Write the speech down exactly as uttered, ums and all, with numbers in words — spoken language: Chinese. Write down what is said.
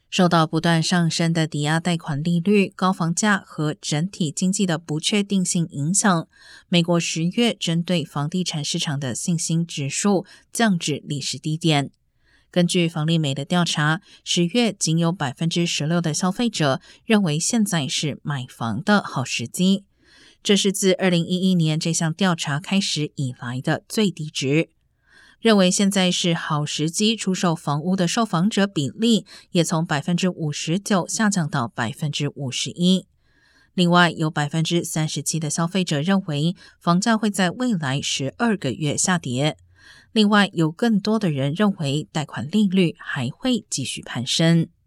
受到不断上升的抵押贷款利率、高房价和整体经济的不确定性影响，美国十月针对房地产市场的信心指数降至历史低点。根据房利美的调查，十月仅有 百分之十六 的消费者认为现在是买房的好时机，这是自二零一一年这项调查开始以来的最低值。认为现在是好时机出售房屋的受访者比例也从 百分之五十九 下降到 百分之五十一。另外，有 百分之三十七 的消费者认为房价会在未来十二个月下跌。另外，有更多的人认为贷款利率还会继续攀升。